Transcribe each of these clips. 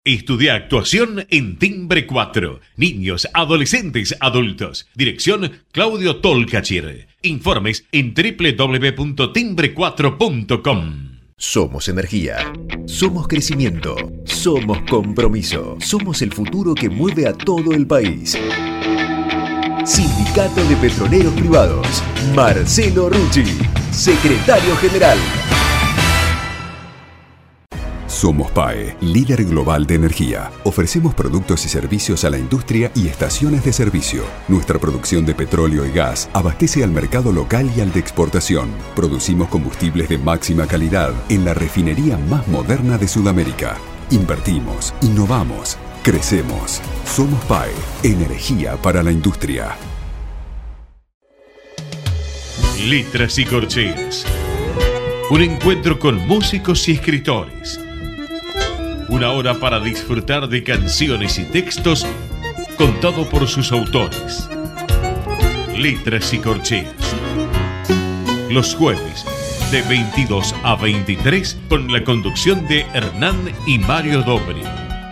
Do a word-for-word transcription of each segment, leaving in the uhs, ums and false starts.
Estudia actuación en Timbre cuatro. Niños, adolescentes, adultos. Dirección Claudio Tolcachir. Informes en doble u doble u doble u punto timbre cuatro punto com. Somos energía. Somos crecimiento. Somos compromiso. Somos el futuro que mueve a todo el país. Sindicato de Petroleros Privados. Marcelo Rucci, secretario general. Somos P A E, líder global de energía. Ofrecemos productos y servicios a la industria y estaciones de servicio. Nuestra producción de petróleo y gas abastece al mercado local y al de exportación. Producimos combustibles de máxima calidad en la refinería más moderna de Sudamérica. Invertimos, innovamos, crecemos. Somos P A E, energía para la industria. Letras y corcheas. Un encuentro con músicos y escritores. Una hora para disfrutar de canciones y textos contado por sus autores. Letras y corcheas. Los jueves de veintidós a veintitrés con la conducción de Hernán y Mario Dobri.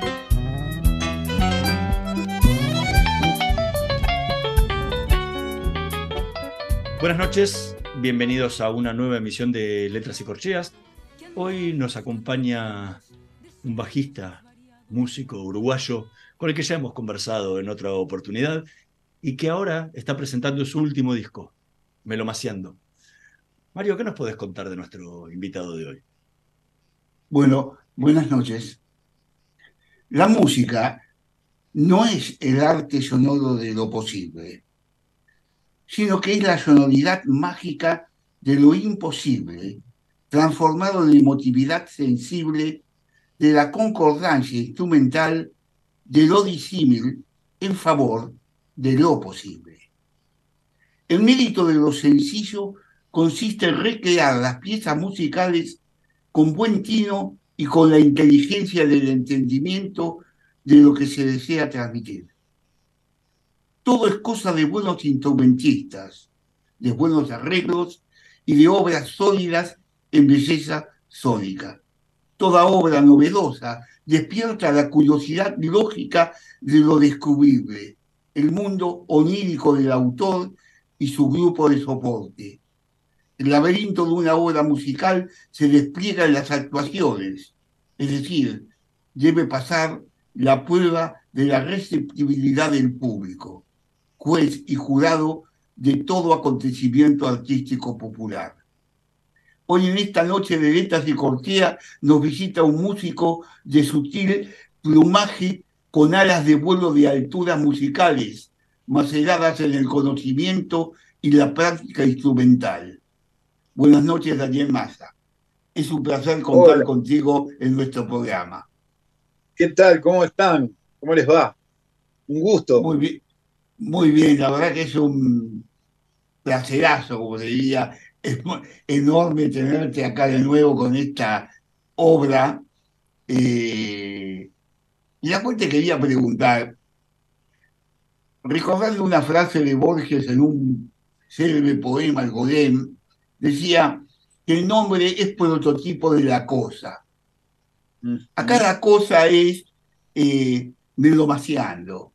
Buenas noches, bienvenidos a una nueva emisión de Letras y Corcheas. Hoy nos acompaña un bajista, músico uruguayo, con el que ya hemos conversado en otra oportunidad y que ahora está presentando su último disco, Melomaciando. Mario, ¿qué nos podés contar de nuestro invitado de hoy? Bueno, buenas noches. La música no es el arte sonoro de lo posible, sino que es la sonoridad mágica de lo imposible, transformado en emotividad sensible de la concordancia instrumental de lo disímil en favor de lo posible. El mérito de lo sencillo consiste en recrear las piezas musicales con buen tino y con la inteligencia del entendimiento de lo que se desea transmitir. Todo es cosa de buenos instrumentistas, de buenos arreglos y de obras sólidas en belleza sónica. Toda obra novedosa despierta la curiosidad lógica de lo descubrible, el mundo onírico del autor y su grupo de soporte. El laberinto de una obra musical se despliega en las actuaciones, es decir, debe pasar la prueba de la receptibilidad del público, juez y jurado de todo acontecimiento artístico popular. Hoy en esta noche de Letras y Corcheas nos visita un músico de sutil plumaje con alas de vuelo de alturas musicales, maceradas en el conocimiento y la práctica instrumental. Buenas noches, Daniel Massa. Es un placer contar Hola. contigo en nuestro programa. ¿Qué tal? ¿Cómo están? ¿Cómo les va? Un gusto. Muy bien, muy bien. La verdad que es un placerazo, como diría. Es enorme tenerte acá de nuevo con esta obra. Eh, y después te quería preguntar, recordando una frase de Borges en un célebre poema, El Golem, decía que el nombre es prototipo de la cosa. Acá la cosa es eh, Melomaciando.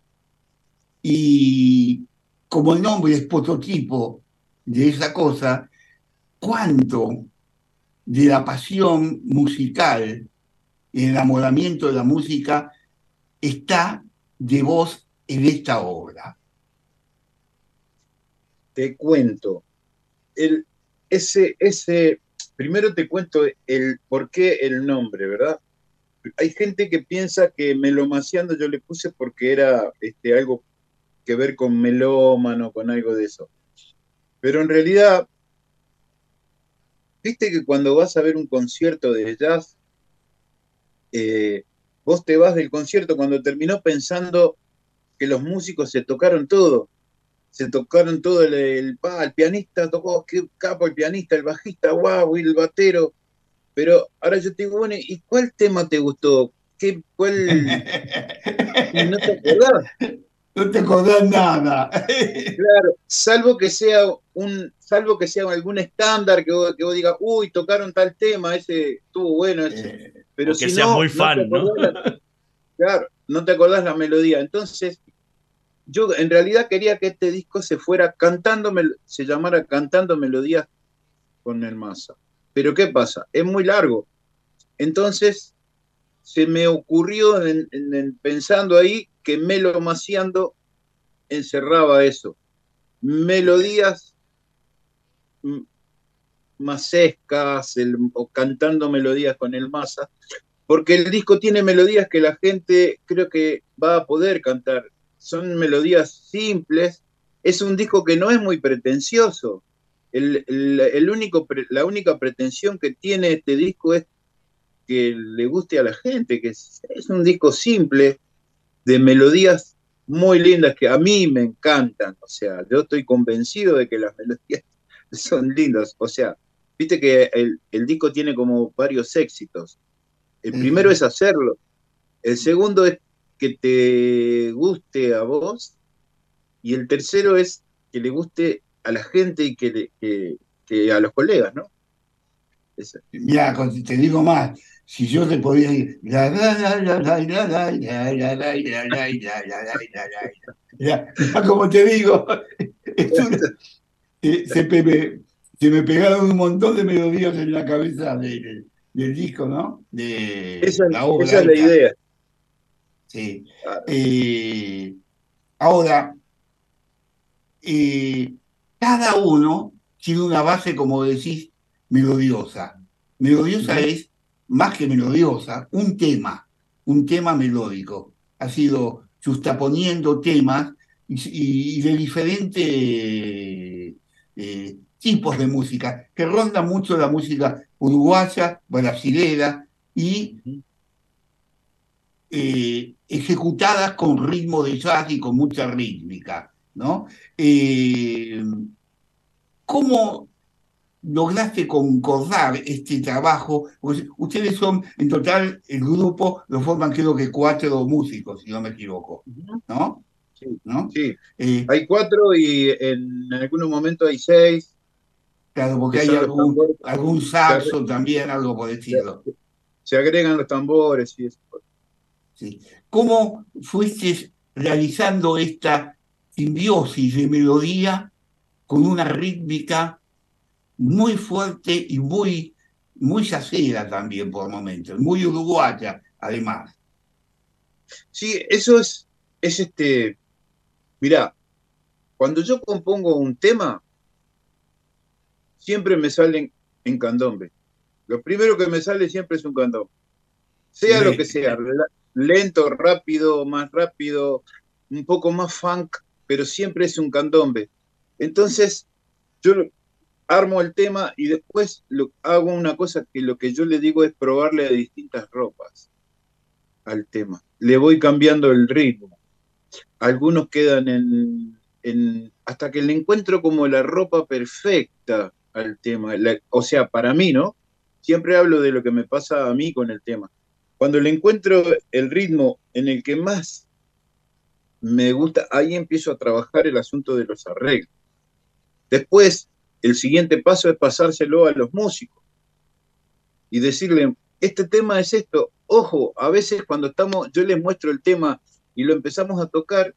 Y como el nombre es prototipo de esa cosa, ¿cuánto de la pasión musical y enamoramiento de la música está de vos en esta obra? Te cuento. El, ese, ese, primero te cuento el por qué el nombre, ¿verdad? Hay gente que piensa que Melomaciando yo le puse porque era este, algo que ver con melómano, con algo de eso. Pero en realidad, viste que cuando vas a ver un concierto de jazz, eh, vos te vas del concierto cuando terminó pensando que los músicos se tocaron todo. Se tocaron todo, el, el, el pianista tocó, qué capo el pianista, el bajista, guau, y el batero. Pero ahora yo te digo, bueno, ¿y cuál tema te gustó? ¿Qué, cuál? ¿Y no te acordás? No te acordás nada. Claro, salvo que sea un, salvo que sea algún estándar que vos, que vos digas, uy, tocaron tal tema, ese estuvo bueno, ese. Pero o que si seas no, muy fan, ¿no? ¿no? claro, no te acordás la melodía. Entonces, yo en realidad quería que este disco se fuera cantando, se llamara Cantando Melodías con el Massa. Pero ¿qué pasa? Es muy largo. Entonces, se me ocurrió en, en, en, pensando ahí que Melo Maciando encerraba eso. Melodías masescas, el, o cantando melodías con el Massa, porque el disco tiene melodías que la gente creo que va a poder cantar. Son melodías simples. Es un disco que no es muy pretencioso. El, el, el único, la única pretensión que tiene este disco es que le guste a la gente, que es, es un disco simple, de melodías muy lindas que a mí me encantan. O sea, yo estoy convencido de que las melodías son lindas. O sea, viste que el, el disco tiene como varios éxitos. El primero es hacerlo. El segundo es que te guste a vos. Y el tercero es que le guste a la gente y que, le, que, que a los colegas, ¿no? Mira, te digo más. Si yo te podía ir, como te digo, se, me, se me pegaron un montón de melodías en la cabeza del, del disco, ¿no? De esa, la obra. Esa es la idea. Sí. Claro. Eh, ahora, eh, cada uno tiene una base, como decís, melodiosa. Melodiosa uh-huh. es, más que melodiosa, un tema, un tema melódico. Ha sido justaponiendo temas y, y de diferentes eh, tipos de música, que ronda mucho la música uruguaya, brasilera y eh, ejecutadas con ritmo de jazz y con mucha rítmica, ¿no? Eh, ¿Cómo lograste concordar este trabajo? Pues ustedes son, en total, el grupo lo forman creo que cuatro músicos, si no me equivoco, ¿no? Sí, ¿no? sí. Eh, hay cuatro y en algunos momentos hay seis. Claro, porque hay algún, algún saxo se, también, algo por decirlo. Se, se agregan los tambores y eso. Sí. ¿Cómo fuiste realizando esta simbiosis de melodía con una rítmica muy fuerte y muy, muy yacera también por momentos, muy uruguaya además? Sí, eso es, es este, mirá, cuando yo compongo un tema, siempre me salen en candombe. Lo primero que me sale siempre es un candombe. Sea sí. lo que sea, lento, rápido, más rápido, un poco más funk, pero siempre es un candombe. Entonces, yo armo el tema y después lo, hago una cosa que lo que yo le digo es probarle distintas ropas al tema. Le voy cambiando el ritmo. Algunos quedan en, en hasta que le encuentro como la ropa perfecta al tema. La, o sea, para mí, ¿no? Siempre hablo de lo que me pasa a mí con el tema. Cuando le encuentro el ritmo en el que más me gusta, ahí empiezo a trabajar el asunto de los arreglos. Después, el siguiente paso es pasárselo a los músicos y decirle, este tema es esto. Ojo, a veces cuando estamos, yo les muestro el tema y lo empezamos a tocar,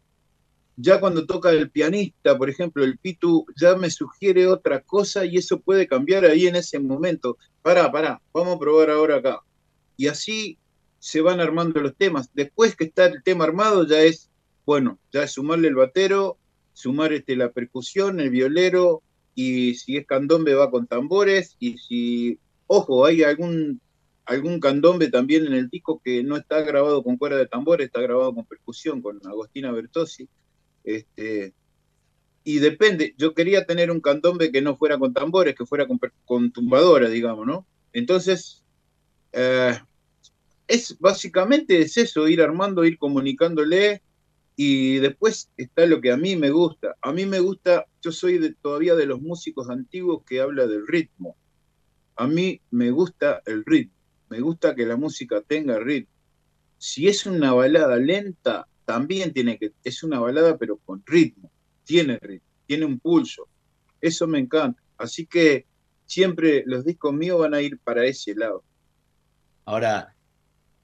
ya cuando toca el pianista, por ejemplo, el Pitu, ya me sugiere otra cosa y eso puede cambiar ahí en ese momento. Pará, pará, vamos a probar ahora acá. Y así se van armando los temas. Después que está el tema armado, ya es, bueno, ya es sumarle el batero, sumar este, la percusión, el violero, y si es candombe va con tambores, y si, ojo, hay algún, algún candombe también en el disco que no está grabado con cuerda de tambores, está grabado con percusión, con Agostina Bertozzi. Este, y depende, yo quería tener un candombe que no fuera con tambores, que fuera con, con tumbadora, digamos, ¿no? Entonces, eh, es básicamente es eso, ir armando, ir comunicándole, y después está lo que a mí me gusta. A mí me gusta, yo soy de, todavía de los músicos antiguos que habla del ritmo. A mí me gusta el ritmo, me gusta que la música tenga ritmo. Si es una balada lenta, también tiene que, es una balada pero con ritmo, tiene ritmo, tiene un pulso. Eso me encanta. Así que siempre los discos míos van a ir para ese lado. Ahora,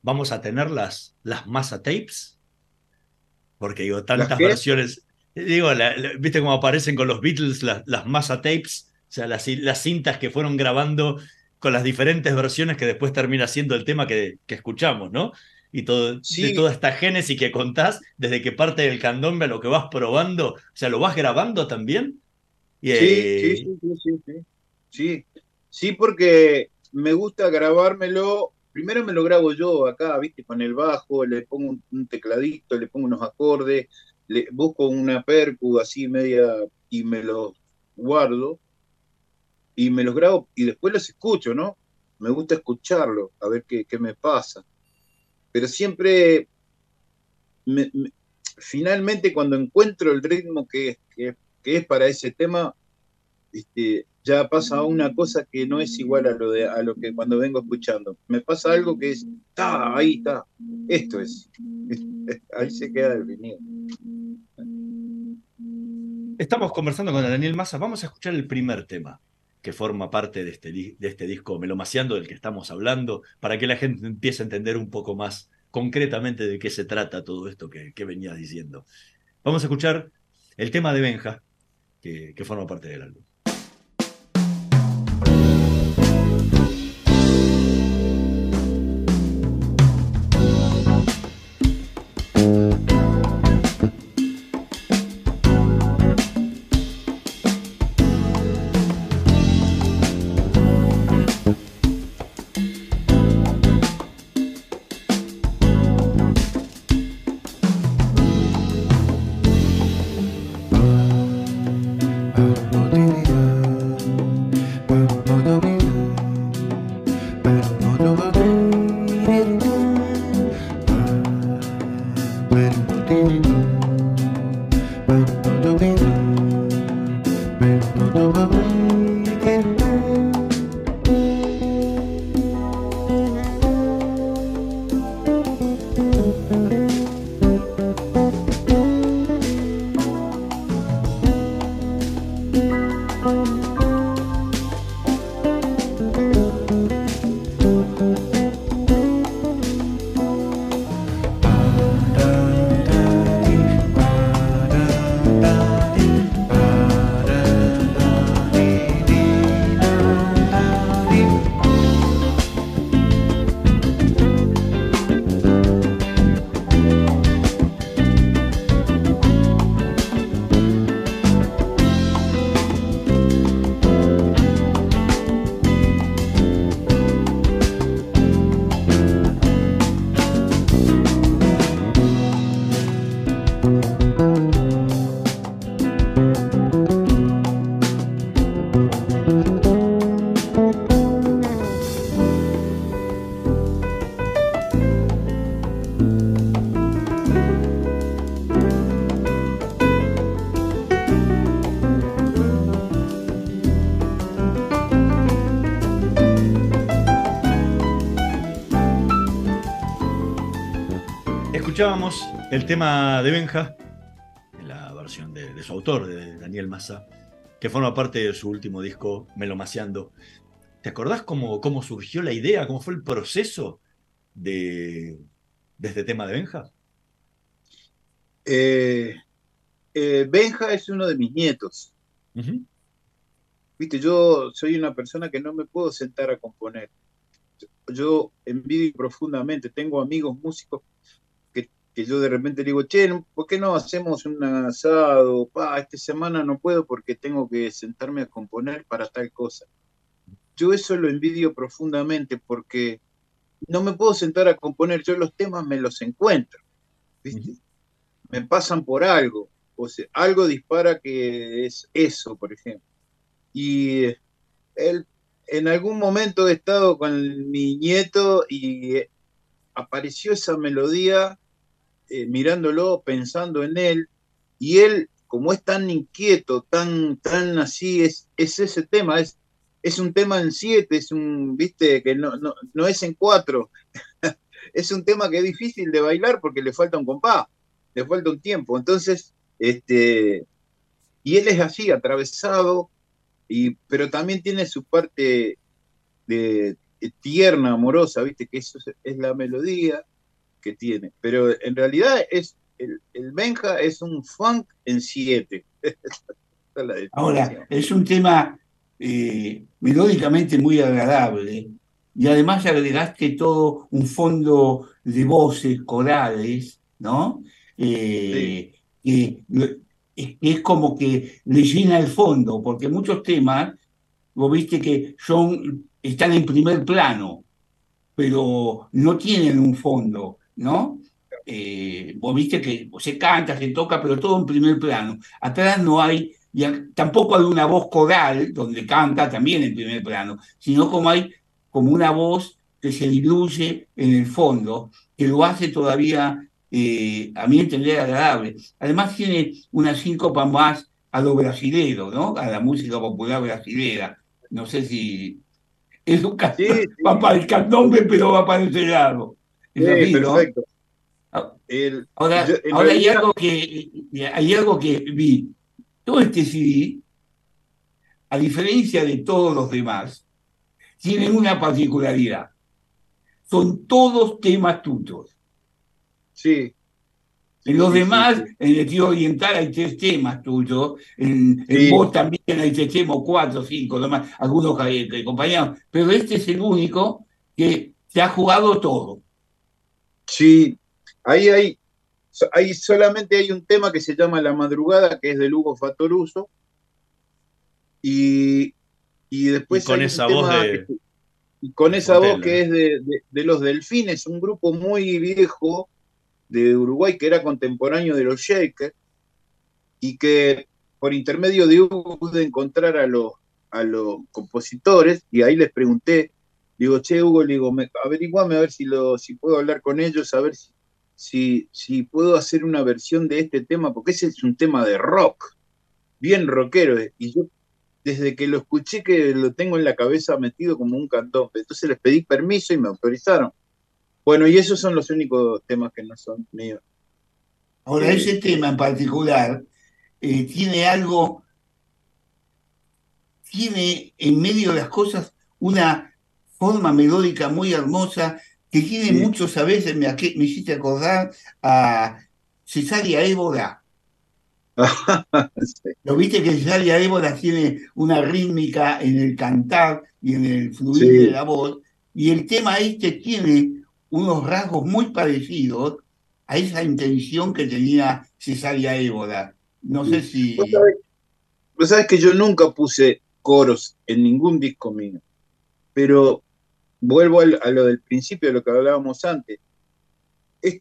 vamos a tener las, las Massa Tapes, porque digo, ¿Las tantas qué? versiones, digo, la- la- ¿viste cómo aparecen con los Beatles las, las Massa Tapes? O sea, las, las cintas que fueron grabando con las diferentes versiones que después termina siendo el tema que, que escuchamos, ¿no? Y todo, de Sí, toda esta génesis que contás, desde que parte del candombe a lo que vas probando, o sea, ¿lo vas grabando también? Y, sí, sí, eh, sí, sí, sí, sí, sí, sí, porque me gusta grabármelo. Primero me lo grabo yo acá, viste, con el bajo, le pongo un, un tecladito, le pongo unos acordes, le busco una percu así media y me los guardo y me los grabo y después los escucho, ¿no? Me gusta escucharlo, a ver qué, qué me pasa. Pero siempre, me- me- finalmente, cuando encuentro el ritmo que, que, que es para ese tema, este, ya pasa una cosa que no es igual a lo, de, a lo que cuando vengo escuchando. Me pasa algo que es, está, ahí está, esto es. Ahí se queda definido. estamos conversando con Daniel Massa. Vamos a escuchar el primer tema que forma parte de este, di- de este disco Melomaciando del que estamos hablando, para que la gente empiece a entender un poco más concretamente de qué se trata todo esto que, que venías diciendo. Vamos a escuchar el tema de Benja, que, que forma parte del álbum. Escuchábamos el tema de Benja, en la versión de, de su autor, de Daniel Massa, que forma parte de su último disco, Melomaciando. ¿Te acordás cómo, cómo surgió la idea, cómo fue el proceso de, de este tema de Benja? Eh, eh, Benja es uno de mis nietos. Ujú. Viste, yo soy una persona que no me puedo sentar a componer. Yo envidio profundamente, tengo amigos músicos que, que yo de repente digo, che, ¿por qué no hacemos un asado? Pa, esta semana no puedo porque tengo que sentarme a componer para tal cosa. Yo eso lo envidio profundamente porque no me puedo sentar a componer, yo los temas me los encuentro, ¿viste? Ujú. Me pasan por algo, o sea, algo dispara que es eso, por ejemplo. Y él, en algún momento he estado con mi nieto y apareció esa melodía, eh, mirándolo, pensando en él, y él, como es tan inquieto, tan, tan así, es, es ese tema, es, es un tema en siete, es un, viste, que no, no, no es en cuatro, es un tema que es difícil de bailar porque le falta un compás, le falta un tiempo, entonces, este, y él es así, atravesado, y, pero también tiene su parte de, tierna, amorosa, ¿viste? Que eso es, es la melodía que tiene. Pero en realidad es el, el Benja es un funk en siete. Esa es la Ahora, definición. es un tema eh, melódicamente muy agradable y además agregaste todo un fondo de voces corales, ¿no? Sí, Eh, que lo- es, es como que le llena el fondo, porque muchos temas, vos viste que son, están en primer plano, pero no tienen un fondo, ¿no? Eh, vos viste que se canta, se toca, pero todo en primer plano. Atrás no hay, y a- tampoco hay una voz coral donde canta también en primer plano, sino como hay como una voz que se diluye en el fondo, que lo hace todavía, eh, a mi entender, agradable. Además tiene una síncopa más a lo brasilero, ¿no? A la música popular brasilera. No sé si es un can- sí, va sí, para el candombe, pero va para ese lado. Es sí, así, ¿no? perfecto. El, yo, Ahora, en ahora hay realidad, algo que hay algo que vi. Todo este C D, a diferencia de todos los demás, tiene una particularidad. Son todos temas tuyos. sí, En sí, los sí, sí, demás, sí, en el tío oriental hay tres temas tuyos, en, en sí, vos también hay tres temas, cuatro, cinco, demás, algunos que, que acompañaron, pero este es el único que se ha jugado todo. sí. Ahí hay, so- ahí solamente hay un tema que se llama La Madrugada, que es de Lugo Fatoruso, y, y Y después con hay un esa voz tema que, de, y con de esa voz Fontella, que ¿no? es de, de, de Los Delfines, un grupo muy viejo de Uruguay que era contemporáneo de los Shakers y que por intermedio de Hugo pude encontrar a los, a los compositores y ahí les pregunté, digo, che, Hugo, le digo, me, averiguame a ver si, lo, si puedo hablar con ellos, a ver si, si, si puedo hacer una versión de este tema, porque ese es un tema de rock, bien rockero, eh, y yo desde que lo escuché que lo tengo en la cabeza metido como un cantón, entonces les pedí permiso y me autorizaron. Bueno, y esos son los únicos temas que no son míos. Ahora, ese Eh, tema en particular eh, tiene algo, tiene en medio de las cosas una forma melódica muy hermosa que tiene sí. muchos, a veces me, aque- me hiciste acordar a Cesárea Évora. Sí, Lo viste que Cesárea Évora tiene una rítmica en el cantar y en el fluir de sí. la voz, y el tema este tiene unos rasgos muy parecidos a esa intención que tenía Cesárea Évora. No sé Sí. Vos si... sabés, vos sabés que yo nunca puse coros en ningún disco mío, pero vuelvo al- a lo del principio, de lo que hablábamos antes. Es-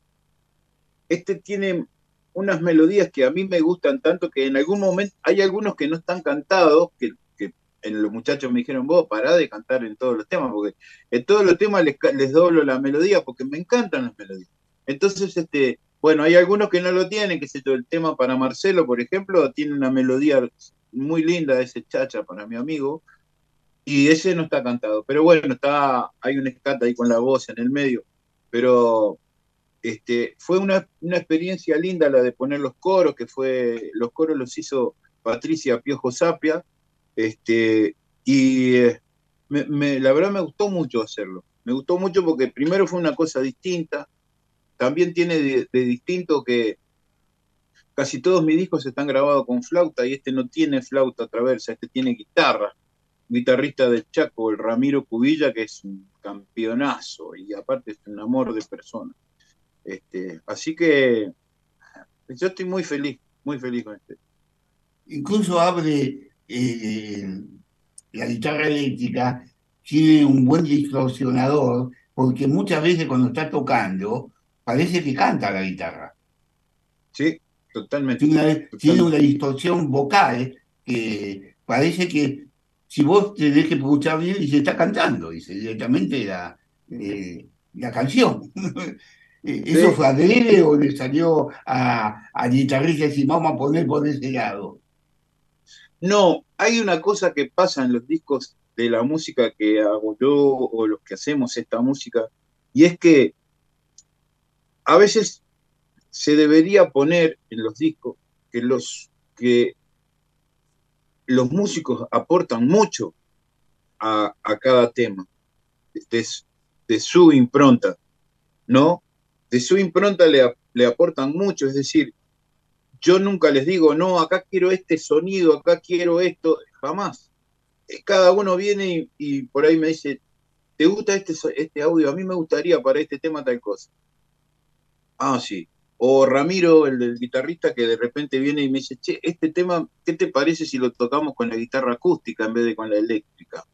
Este tiene unas melodías que a mí me gustan tanto que en algún momento hay algunos que no están cantados, que, que en los muchachos me dijeron, vos pará de cantar en todos los temas, porque en todos los temas les, ca- les doblo la melodía porque me encantan las melodías. Entonces, este, bueno, hay algunos que no lo tienen, que sé yo, el tema para Marcelo, por ejemplo, tiene una melodía muy linda, ese chacha para mi amigo, y ese no está cantado. Pero bueno, está, hay un escata ahí con la voz en el medio. Pero este, fue una, una experiencia linda la de poner los coros, que fue, los coros los hizo Patricia Piojo Sapia, este, y eh, me, me, la verdad me gustó mucho hacerlo. Me gustó mucho porque primero fue una cosa distinta, también tiene de, de distinto que casi todos mis discos están grabados con flauta y este no tiene flauta traversa, este tiene guitarra. Guitarrista del Chaco, el Ramiro Cubilla, que es un campeonazo y aparte es un amor de persona. Este, así que yo estoy muy feliz, muy feliz con este. Incluso abre eh, la guitarra eléctrica, tiene un buen distorsionador, porque muchas veces cuando está tocando, parece que canta la guitarra. Sí, totalmente, Tiene una, tiene una totalmente. distorsión vocal que parece que si vos te dejes escuchar bien, dice, está cantando, dice directamente la, eh, la canción. Eh, ¿Eso Sí. fue adrede o le salió a, a guitarrista y decir, vamos a poner por ese lado? No, hay una cosa que pasa en los discos de la música que hago yo o los que hacemos esta música, y es que a veces se debería poner en los discos que los, que los músicos aportan mucho a, a cada tema. de, de su impronta, ¿no? De su impronta le, le aportan mucho, es decir, yo nunca les digo, no, acá quiero este sonido, acá quiero esto, jamás. Cada uno viene y, y por ahí me dice, ¿te gusta este, este audio? A mí me gustaría para este tema tal cosa. Ah, sí. O Ramiro, el del guitarrista, que de repente viene y me dice, che, este tema, ¿qué te parece si lo tocamos con la guitarra acústica en vez de con la eléctrica?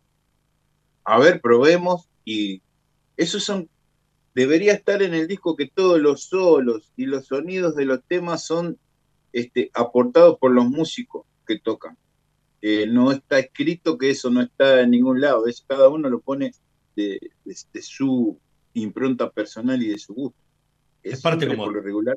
A ver, probemos. Y esos son, debería estar en el disco, que todos los solos y los sonidos de los temas son este, aportados por los músicos que tocan. Eh, no está escrito que eso no está en ningún lado, es, cada uno lo pone de, de, de su impronta personal y de su gusto. Es, es parte como, por lo regular,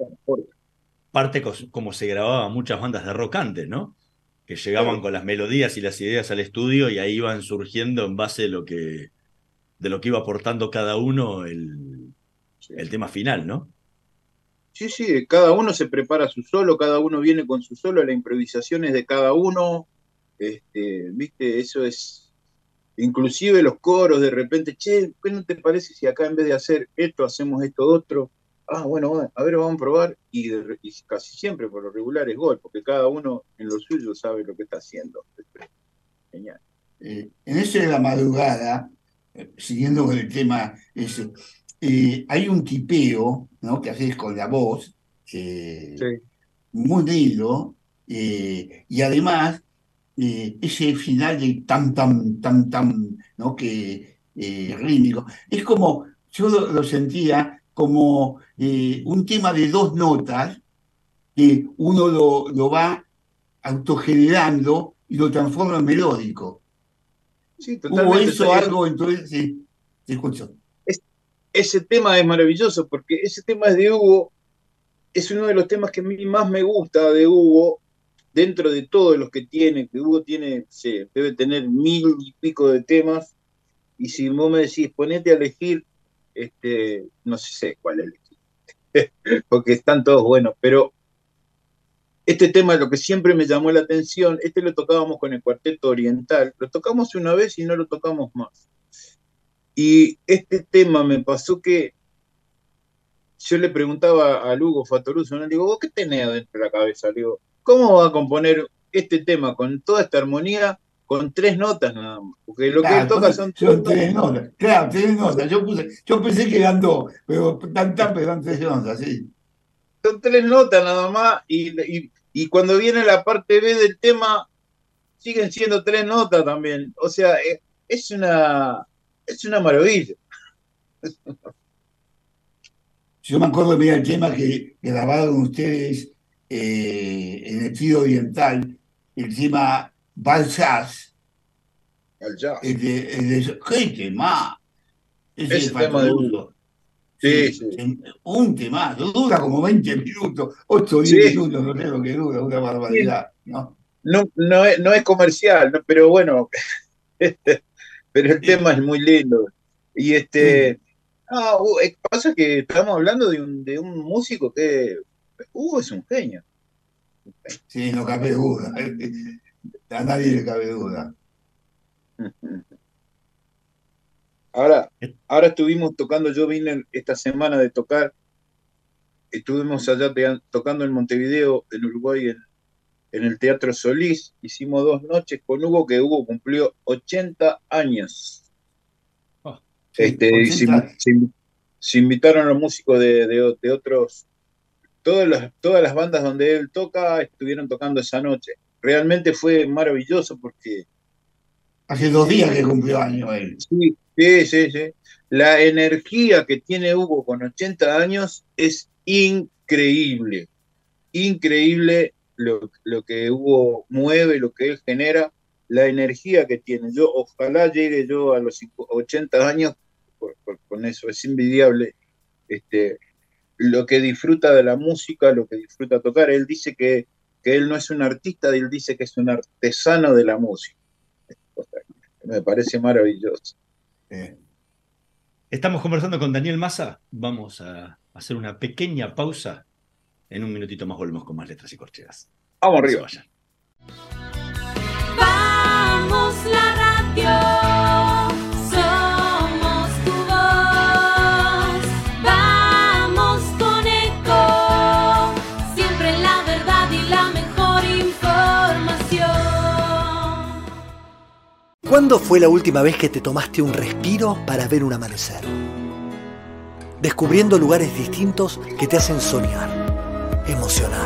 parte como se grababan muchas bandas de rock antes, ¿no? Que llegaban claro. con las melodías y las ideas al estudio y ahí iban surgiendo en base de lo que, de lo que iba aportando cada uno el, sí. el tema final, ¿no? Sí, sí, cada uno se prepara su solo, cada uno viene con su solo, la improvisación es de cada uno. Este, viste, eso es, inclusive los coros de repente, che, ¿qué no te parece si acá en vez de hacer esto, hacemos esto otro? Ah, bueno, a ver, vamos a probar, y, de, y casi siempre por lo regular es gol, porque cada uno en lo suyo sabe lo que está haciendo. Genial. Eh, en eso de la madrugada, eh, siguiendo con el tema ese, eh, hay un tipeo, ¿no?, que haces con la voz, eh, sí. muy lindo, eh, y además Eh, ese final de tam, tam, tam, tam, ¿no?, que eh, rítmico, es como, yo lo, lo sentía como eh, un tema de dos notas que uno lo, lo va autogenerando y lo transforma en melódico. Sí, ¿Hubo eso algo? Entonces, sí, te escucho. Es, ese tema es maravilloso porque ese tema es de Hugo, es uno de los temas que a mí más me gusta de Hugo. Dentro de todos los que tiene, que Hugo tiene, sí, debe tener mil y pico de temas, y si vos me decís, ponete a elegir, este, no sé cuál elegir, porque están todos buenos, pero este tema es lo que siempre me llamó la atención. Este lo tocábamos con el Cuarteto Oriental, lo tocamos una vez y no lo tocamos más. Y este tema me pasó que yo le preguntaba a Lugo Fattoruso, ¿no? Le digo, ¿vos qué tenés adentro de la cabeza? Le digo, ¿cómo va a componer este tema con toda esta armonía con tres notas nada más? Porque lo claro, que él toca son, son tres notas. Claro, tres notas. Yo, puse, yo pensé que eran dos, pero tan tan, pero eran tres notas, sí. Son tres notas nada más, y, y, y cuando viene la parte B del tema, siguen siendo tres notas también. O sea, es una, es una maravilla. Yo me acuerdo de el tema que grabaron ustedes eh, en el Trío Oriental, el tema Balsas. El jazz. El de, el de, ¡qué tema! Ese, Ese tema de Hugo. Sí, sí. sí. Un tema, dura como veinte minutos, ocho o diez sí. minutos, no sé lo que dura, una barbaridad, sí. ¿no? No, no, es, no es comercial, no, pero bueno, pero el sí. tema es muy lindo. Y este... Sí. Ah, uh, pasa que estamos hablando de un, de un músico que Hugo uh, es un genio. Sí, no cabe duda. A nadie le cabe duda. Ahora, ahora estuvimos tocando, yo vine esta semana de tocar, estuvimos allá te, tocando en Montevideo, en Uruguay, en, en el Teatro Solís. Hicimos dos noches con Hugo, que Hugo cumplió ochenta años. Sí, este, se, se, se invitaron a los músicos de, de, de otros, todas las, todas las bandas donde él toca estuvieron tocando esa noche. Realmente fue maravilloso porque... Hace dos días que cumplió años él. Sí, sí, sí, sí. La energía que tiene Hugo con ochenta años es increíble. Increíble lo, lo que Hugo mueve, lo que él genera. La energía que tiene. Yo ojalá llegue yo a los ochenta años por, por, con eso, es envidiable este, lo que disfruta de la música, lo que disfruta tocar. Él dice que, que él no es un artista, él dice que es un artesano de la música. Me parece maravilloso. Eh. Estamos conversando con Daniel Massa, vamos a hacer una pequeña pausa, en un minutito más volvemos con más Letras y Corcheas. Vamos no arriba. Vamos la radio, somos ¿Cuándo fue la última vez que te tomaste un respiro para ver un amanecer? Descubriendo lugares distintos que te hacen soñar, emocionar.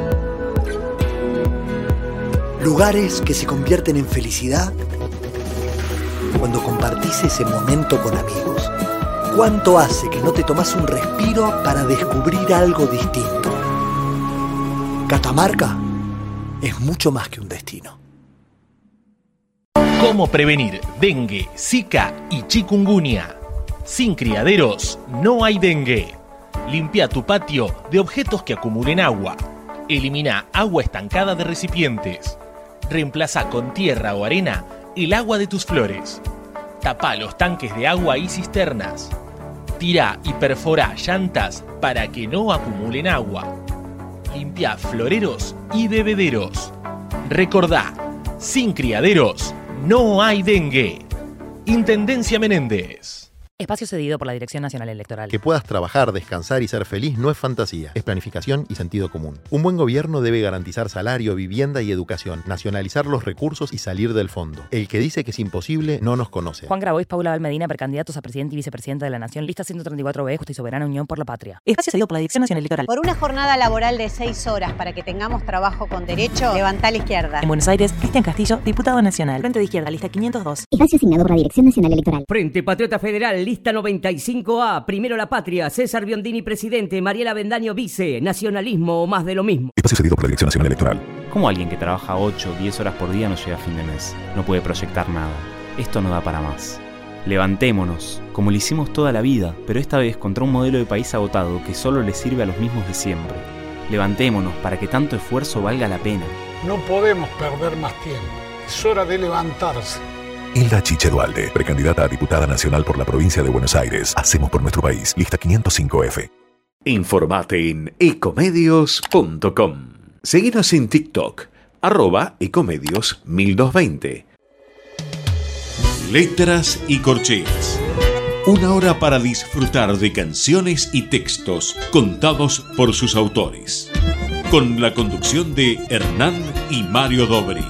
Lugares que se convierten en felicidad cuando compartís ese momento con amigos. ¿Cuánto hace que no te tomás un respiro para descubrir algo distinto? Catamarca es mucho más que un destino. ¿Cómo prevenir dengue, zika y chikungunya? Sin criaderos no hay dengue. Limpia tu patio de objetos que acumulen agua. Elimina agua estancada de recipientes. Reemplaza con tierra o arena el agua de tus flores. Tapa los tanques de agua y cisternas. Tira y perfora llantas para que no acumulen agua. Limpia floreros y bebederos. Recordá, sin criaderos no hay dengue. Intendencia Menéndez. Espacio cedido por la Dirección Nacional Electoral. Que puedas trabajar, descansar y ser feliz no es fantasía, es planificación y sentido común. Un buen gobierno debe garantizar salario, vivienda y educación, nacionalizar los recursos y salir del fondo. El que dice que es imposible no nos conoce. Juan Grabois, Paula Valmedina, precandidatos a presidente y vicepresidenta de la Nación, lista ciento treinta y cuatro B, Justa y Soberana Unión por la Patria. Espacio cedido por la Dirección Nacional Electoral. Por una jornada laboral de seis horas para que tengamos trabajo con derecho, levantá a la izquierda. En Buenos Aires, Cristian Castillo, diputado nacional. Frente de Izquierda, lista quinientos dos. Espacio asignado por la Dirección Nacional Electoral. Frente Patriota Federal, lista noventa y cinco A, Primero la Patria, César Biondini presidente, Mariela Bendaño vice, nacionalismo o más de lo mismo. Espacio cedido por la Dirección Nacional Electoral. ¿Cómo alguien que trabaja ocho o diez horas por día no llega a fin de mes? No puede proyectar nada. Esto no da para más. Levantémonos, como lo hicimos toda la vida, pero esta vez contra un modelo de país agotado que solo le sirve a los mismos de siempre. Levantémonos para que tanto esfuerzo valga la pena. No podemos perder más tiempo. Es hora de levantarse. Hilda Chiche Dualde, precandidata a diputada nacional por la provincia de Buenos Aires. Hacemos por nuestro país. Lista quinientos cinco F. Informate en ecomedios punto com. Seguinos en TikTok, arroba ecomedios mil doscientos veinte. Letras y corcheas. Una hora para disfrutar de canciones y textos contados por sus autores. Con la conducción de Hernán y Mario Dobri.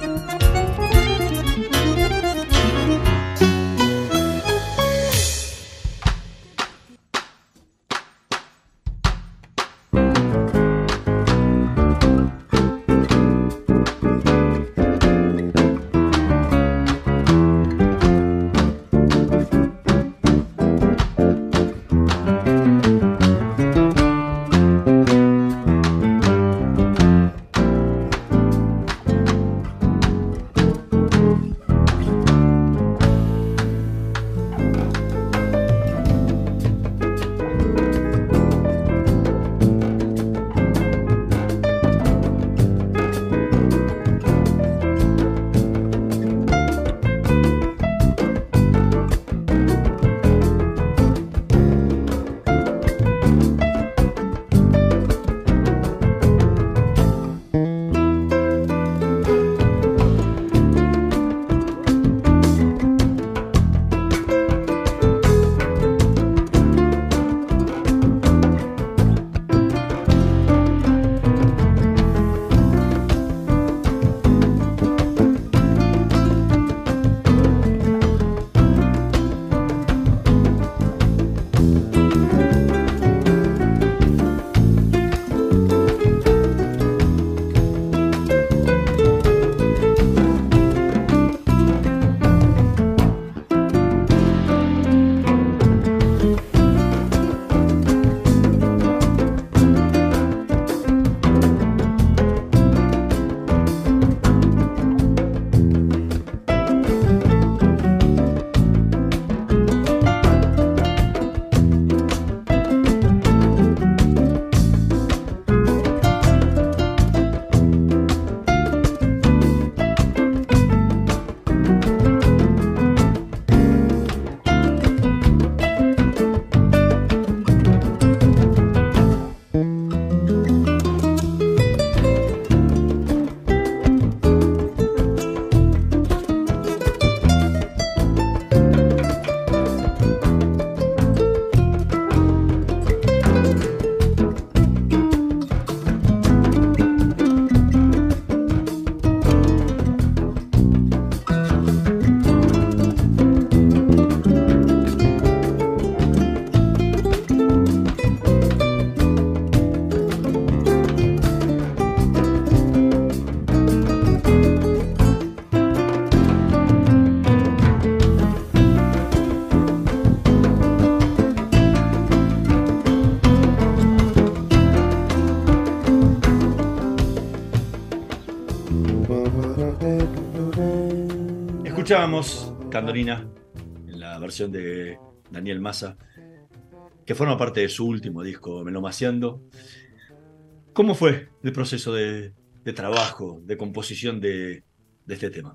Escuchábamos Candorina en la versión de Daniel Massa, que forma parte de su último disco, Melomaciando. ¿Cómo fue el proceso de, de trabajo, de composición de, de este tema?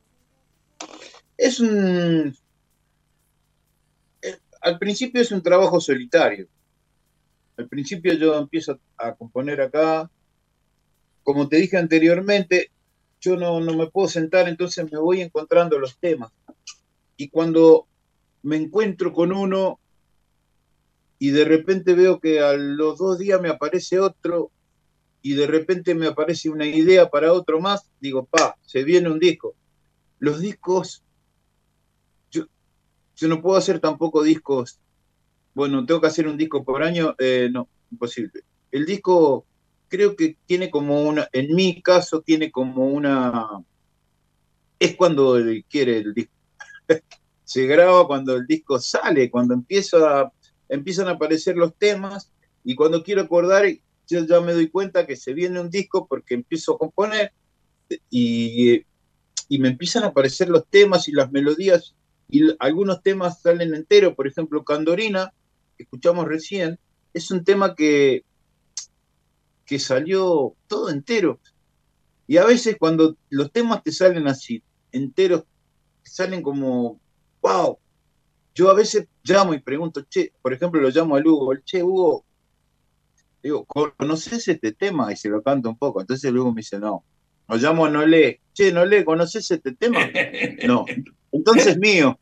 Es un... Al principio es un trabajo solitario. Al principio yo empiezo a componer acá. Como te dije anteriormente, yo no, no me puedo sentar, entonces me voy encontrando los temas. Y cuando me encuentro con uno y de repente veo que a los dos días me aparece otro y de repente me aparece una idea para otro más, digo, pa, se viene un disco. Los discos, yo, yo no puedo hacer tampoco discos, bueno, tengo que hacer un disco por año, eh, no, imposible. El disco creo que tiene como una, en mi caso tiene como una, es cuando él quiere el disco. Se graba cuando el disco sale, cuando empieza, empiezan a aparecer los temas, y cuando quiero acordar, yo ya me doy cuenta que se viene un disco porque empiezo a componer y, y me empiezan a aparecer los temas y las melodías, y algunos temas salen enteros. Por ejemplo, Candorina, que escuchamos recién, es un tema que, que salió todo entero. Y a veces cuando los temas te salen así, enteros, salen como, wow. Yo a veces llamo y pregunto, che, por ejemplo, lo llamo a Hugo, el che, Hugo, digo, ¿conoces este tema? Y se lo canto un poco. Entonces Hugo me dice, no. Lo llamo a Nolé, che, Nolé, ¿conoces este tema? No. Entonces mío.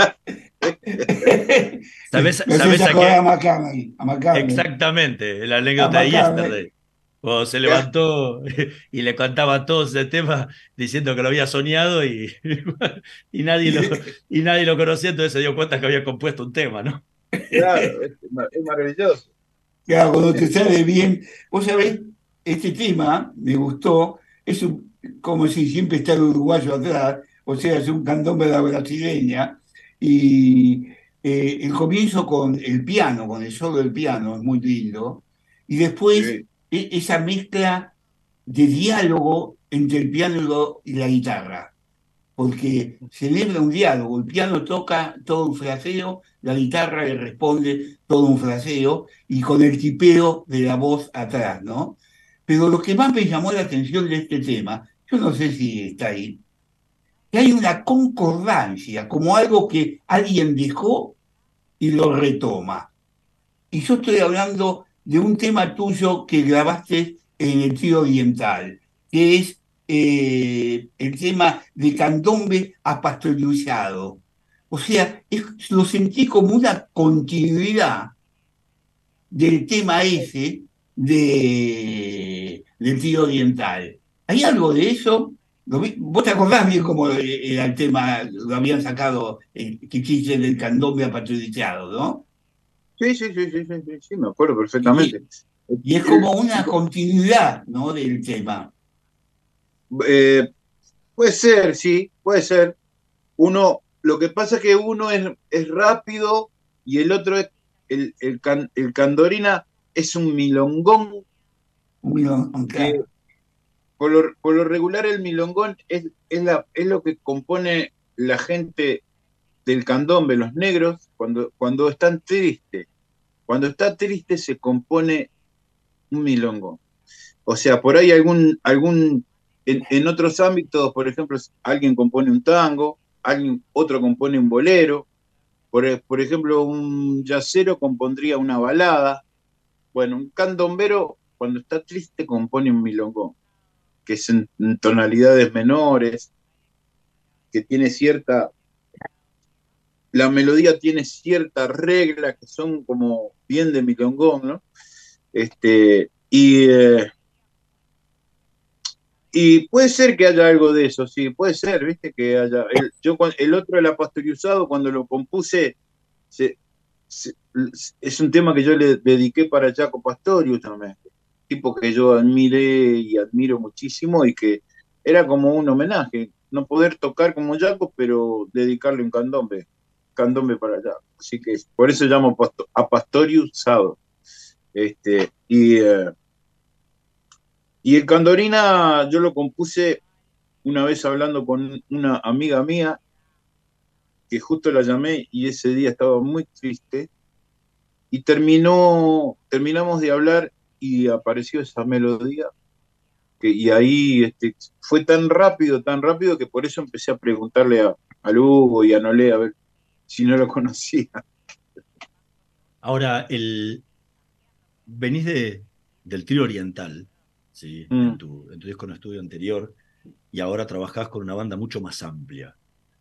¿Sabes, ¿sabes a qué? A McCartney, a McCartney. Exactamente, la anécdota de Yesterday. Cuando se levantó y le cantaba a todos ese tema diciendo que lo había soñado y, y, nadie lo, y nadie lo conocía, entonces se dio cuenta que había compuesto un tema, ¿no? Claro, es, es maravilloso. Claro, cuando te sale bien. Vos sabés, este tema me gustó, es un, como si siempre está el uruguayo atrás, o sea, es un candombe de la brasileña, y eh, el comienzo con el piano, con el solo del piano, es muy lindo, y después sí. Esa mezcla de diálogo entre el piano y la guitarra, porque celebra un diálogo, el piano toca todo un fraseo, la guitarra le responde todo un fraseo, y con el tipeo de la voz atrás, ¿no? Pero lo que más me llamó la atención de este tema, yo no sé si está ahí, que hay una concordancia, como algo que alguien dejó y lo retoma. Y yo estoy hablando de un tema tuyo que grabaste en el Trío Oriental, que es eh, el tema de candombe apasteurizado. O sea, es, lo sentí como una continuidad del tema ese de, del Trío Oriental. ¿Hay algo de eso? ¿Vos te acordás bien cómo era el tema, lo habían sacado, el, que hiciste del candombe apasteurizado, ¿no? Sí, sí, sí, sí, sí, sí, me acuerdo perfectamente. Y, y es como una continuidad, ¿no?, del tema. Eh, puede ser, sí, puede ser. Uno, lo que pasa es que uno es, es rápido y el otro es, el, el, can, el Candorina es un milongón. Un milongón, claro. Que, por, lo, por lo regular el milongón es, es, la, es lo que compone la gente del candombe, los negros, cuando, cuando están tristes. Cuando está triste se compone un milongo. O sea, por ahí algún, algún en, en otros ámbitos, por ejemplo, alguien compone un tango, alguien, otro compone un bolero, por, por ejemplo, un yacero compondría una balada. Bueno, un candombero, cuando está triste, compone un milongón, que es en, en tonalidades menores, que tiene cierta... La melodía tiene ciertas reglas que son como bien de milongón, ¿no? Este, y, eh, y puede ser que haya algo de eso, sí, puede ser, ¿viste? Que haya. El, yo, el otro, el apasteurizado, cuando lo compuse, se, se, es un tema que yo le dediqué para Jaco Pastorius también, tipo que yo admiré y admiro muchísimo, y que era como un homenaje, no poder tocar como Jaco, pero dedicarle un candombe. candombe para allá, así que por eso llamo a Pastorius Sado. Este, y, eh, y el Candorina yo lo compuse una vez hablando con una amiga mía, que justo la llamé y ese día estaba muy triste, y terminó, terminamos de hablar y apareció esa melodía, que, y ahí este, fue tan rápido, tan rápido, que por eso empecé a preguntarle a, a Lugo y a Nolé a ver si no lo conocía. Ahora, el, venís de, del trío oriental, ¿sí? Mm. en, tu, en tu disco en estudio anterior, y ahora trabajás con una banda mucho más amplia.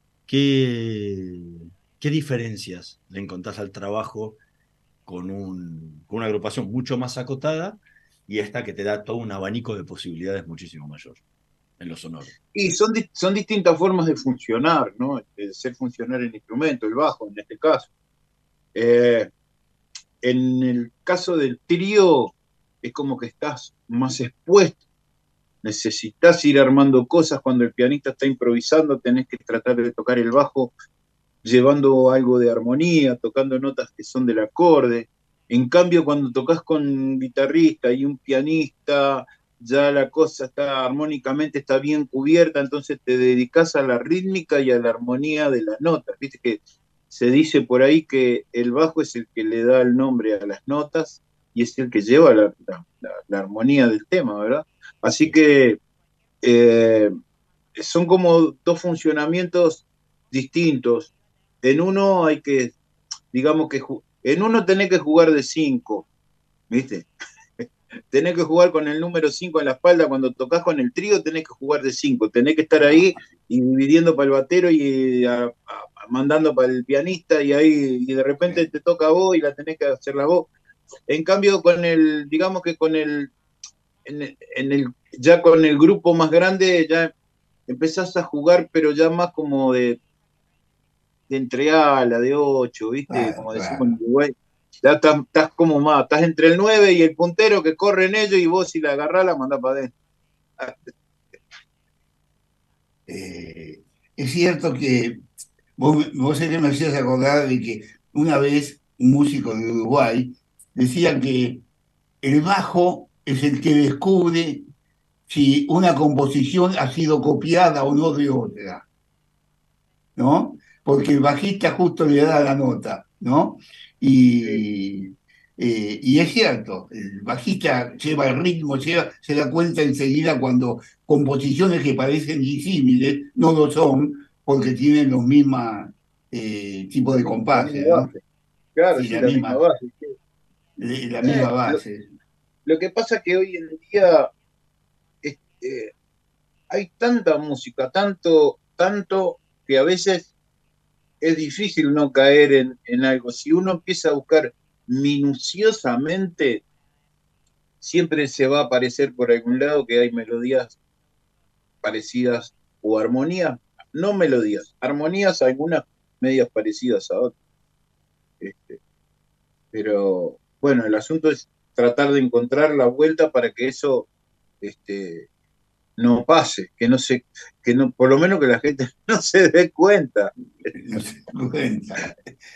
¿Qué, qué diferencias le encontrás al trabajo con, un, con una agrupación mucho más acotada y esta que te da todo un abanico de posibilidades muchísimo mayor en lo sonoro? Y son, di- son distintas formas de funcionar, ¿no? De ser funcionar el instrumento, el bajo en este caso. Eh, en el caso del trío, es como que estás más expuesto. Necesitas ir armando cosas cuando el pianista está improvisando, tenés que tratar de tocar el bajo llevando algo de armonía, tocando notas que son del acorde. En cambio, cuando tocas con un guitarrista y un pianista, ya la cosa está armónicamente está bien cubierta, entonces te dedicas a la rítmica y a la armonía de las notas. Viste que se dice por ahí que el bajo es el que le da el nombre a las notas y es el que lleva la, la, la, la armonía del tema, ¿verdad? Así que eh, son como dos funcionamientos distintos. En uno hay que, digamos que, en uno tenés que jugar de cinco, ¿viste? Tenés que jugar con el número cinco en la espalda. Cuando tocas con el trío tenés que jugar de cinco, tenés que estar ahí y dividiendo para el batero y a, a, mandando para el pianista, y ahí y de repente te toca a vos y la tenés que hacer la voz. En cambio, con el, digamos que con el, en el, en el ya con el grupo más grande ya empezás a jugar, pero ya más como de, de entreala, de ocho, ¿viste? Claro, como claro. decimos en Uruguay. Ya estás, estás como más, estás entre el nueve y el puntero que corre en ellos, y vos si la agarrás la mandás para adentro. Eh, es cierto que vos, vos sé que me hacías acordar de que una vez un músico de Uruguay decía que el bajo es el que descubre si una composición ha sido copiada o no de otra, ¿no? Porque el bajista justo le da la nota, ¿no? Y, eh, y es cierto, el bajista lleva el ritmo, lleva, se da cuenta enseguida cuando composiciones que parecen disímiles no lo son, porque tienen los mismos eh, tipos de compases, ¿no? Claro, Sí, sí, la la misma, misma base. Sí. eh, la Eh, misma lo, base. lo que pasa es que hoy en día este, hay tanta música, tanto, tanto que a veces es difícil no caer en, en algo. Si uno empieza a buscar minuciosamente, siempre se va a aparecer por algún lado que hay melodías parecidas o armonías, no melodías, armonías, algunas medias parecidas a otras. Este, pero bueno, el asunto es tratar de encontrar la vuelta para que eso este, no pase, que no se, que no, por lo menos que la gente no se dé cuenta. No se da cuenta.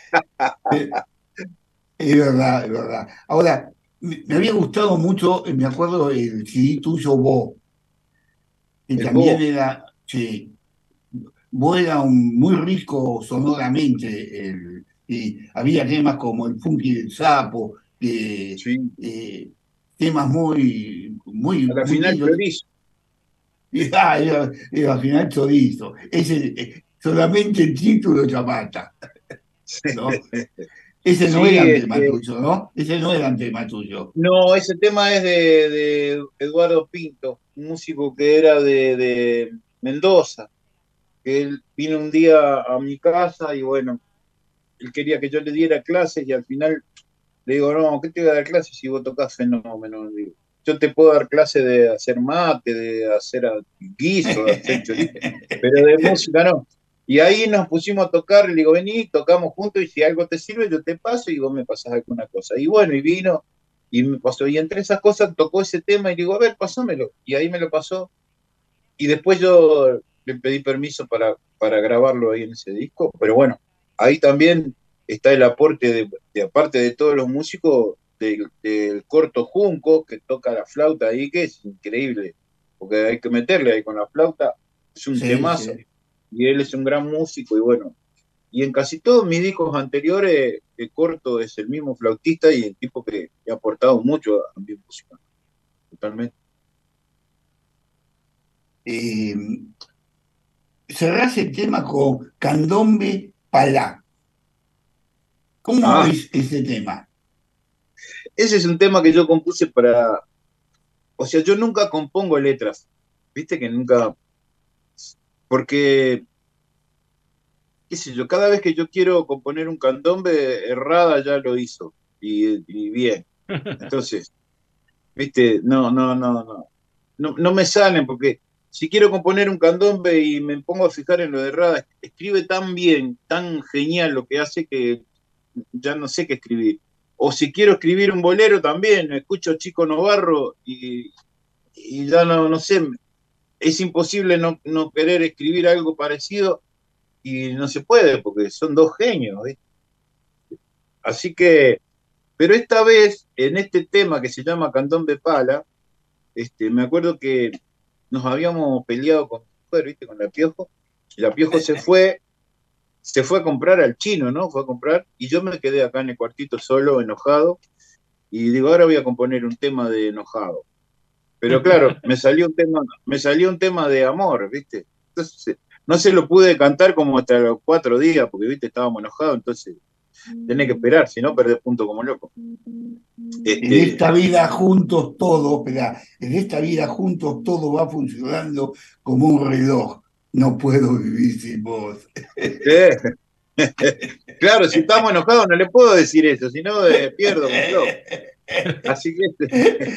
Es verdad, es verdad. Ahora, me, me había gustado mucho, eh, me acuerdo, el C D tuyo, Bo, que El también Bo. era, sí, Bo era un, muy rico sonoramente, el- y había temas como el Funky del Sapo, que, Sí. eh, temas muy, muy, A la muy final lindos. chorizo. Y, ah, era, era al final chorizo. Ese, eh, solamente el título ya mata, ¿no? Ese no era Sí, un es tema que tuyo, ¿no? Ese no era un tema tuyo. no, ese tema es de, de Eduardo Pinto, un músico que era de, de Mendoza, que él vino un día a mi casa y bueno, él quería que yo le diera clases y al final le digo, no, ¿qué te voy a dar clases si vos tocás fenómeno? Digo, yo te puedo dar clases de hacer mate, de hacer guiso, de hacer chorizo, pero de música no. Y ahí nos pusimos a tocar, le digo, vení, tocamos juntos y si algo te sirve yo te paso y vos me pasás alguna cosa. Y bueno, y vino y me pasó. Y entre esas cosas tocó ese tema y digo, a ver, pasámelo. Y ahí me lo pasó. Y después yo le pedí permiso para, para grabarlo ahí en ese disco. Pero bueno, ahí también está el aporte, de, de aparte de todos los músicos, del, del Corto Junco, que toca la flauta ahí, que es increíble. Porque hay que meterle ahí con la flauta. Es un Sí, temazo. sí. Y él es un gran músico y bueno, y en casi todos mis discos anteriores, el corto es el mismo flautista y el tipo que, que ha aportado mucho a, a mi música. Totalmente. Eh, cerrás el tema con Candombe Palá. ¿Cómo Ah. es ese tema? Ese es un tema que yo compuse para... O sea, yo nunca compongo letras. Viste que nunca... Porque, qué sé yo, cada vez que yo quiero componer un candombe, Errada ya lo hizo. Y, y bien. Entonces, viste, no, no, no, no. No, no me salen porque si quiero componer un candombe y me pongo a fijar en lo de Errada, escribe tan bien, tan genial lo que hace que ya no sé qué escribir. O si quiero escribir un bolero también, escucho a Chico Novarro y, y ya no, no sé, es imposible no, no querer escribir algo parecido y no se puede porque son dos genios, ¿viste? Así que, pero esta vez, en este tema que se llama Candombe Pala, este, me acuerdo que nos habíamos peleado con, ¿viste? Con la Piojo, y la Piojo se fue, se fue a comprar al chino, ¿no? Fue a comprar, y yo me quedé acá en el cuartito solo, enojado, y digo, ahora voy a componer un tema de enojado. Pero claro, me salió un tema, me salió un tema de amor, ¿viste? Entonces, no se lo pude cantar como hasta los cuatro días, porque, ¿viste? Estábamos enojados, entonces tenés que esperar, si no perdés punto como loco. En esta vida juntos todo, espera, en esta vida juntos todo va funcionando como un reloj. No puedo vivir sin vos. Sí. Claro, si estamos enojados no le puedo decir eso, si no eh, pierdo como loco. Así que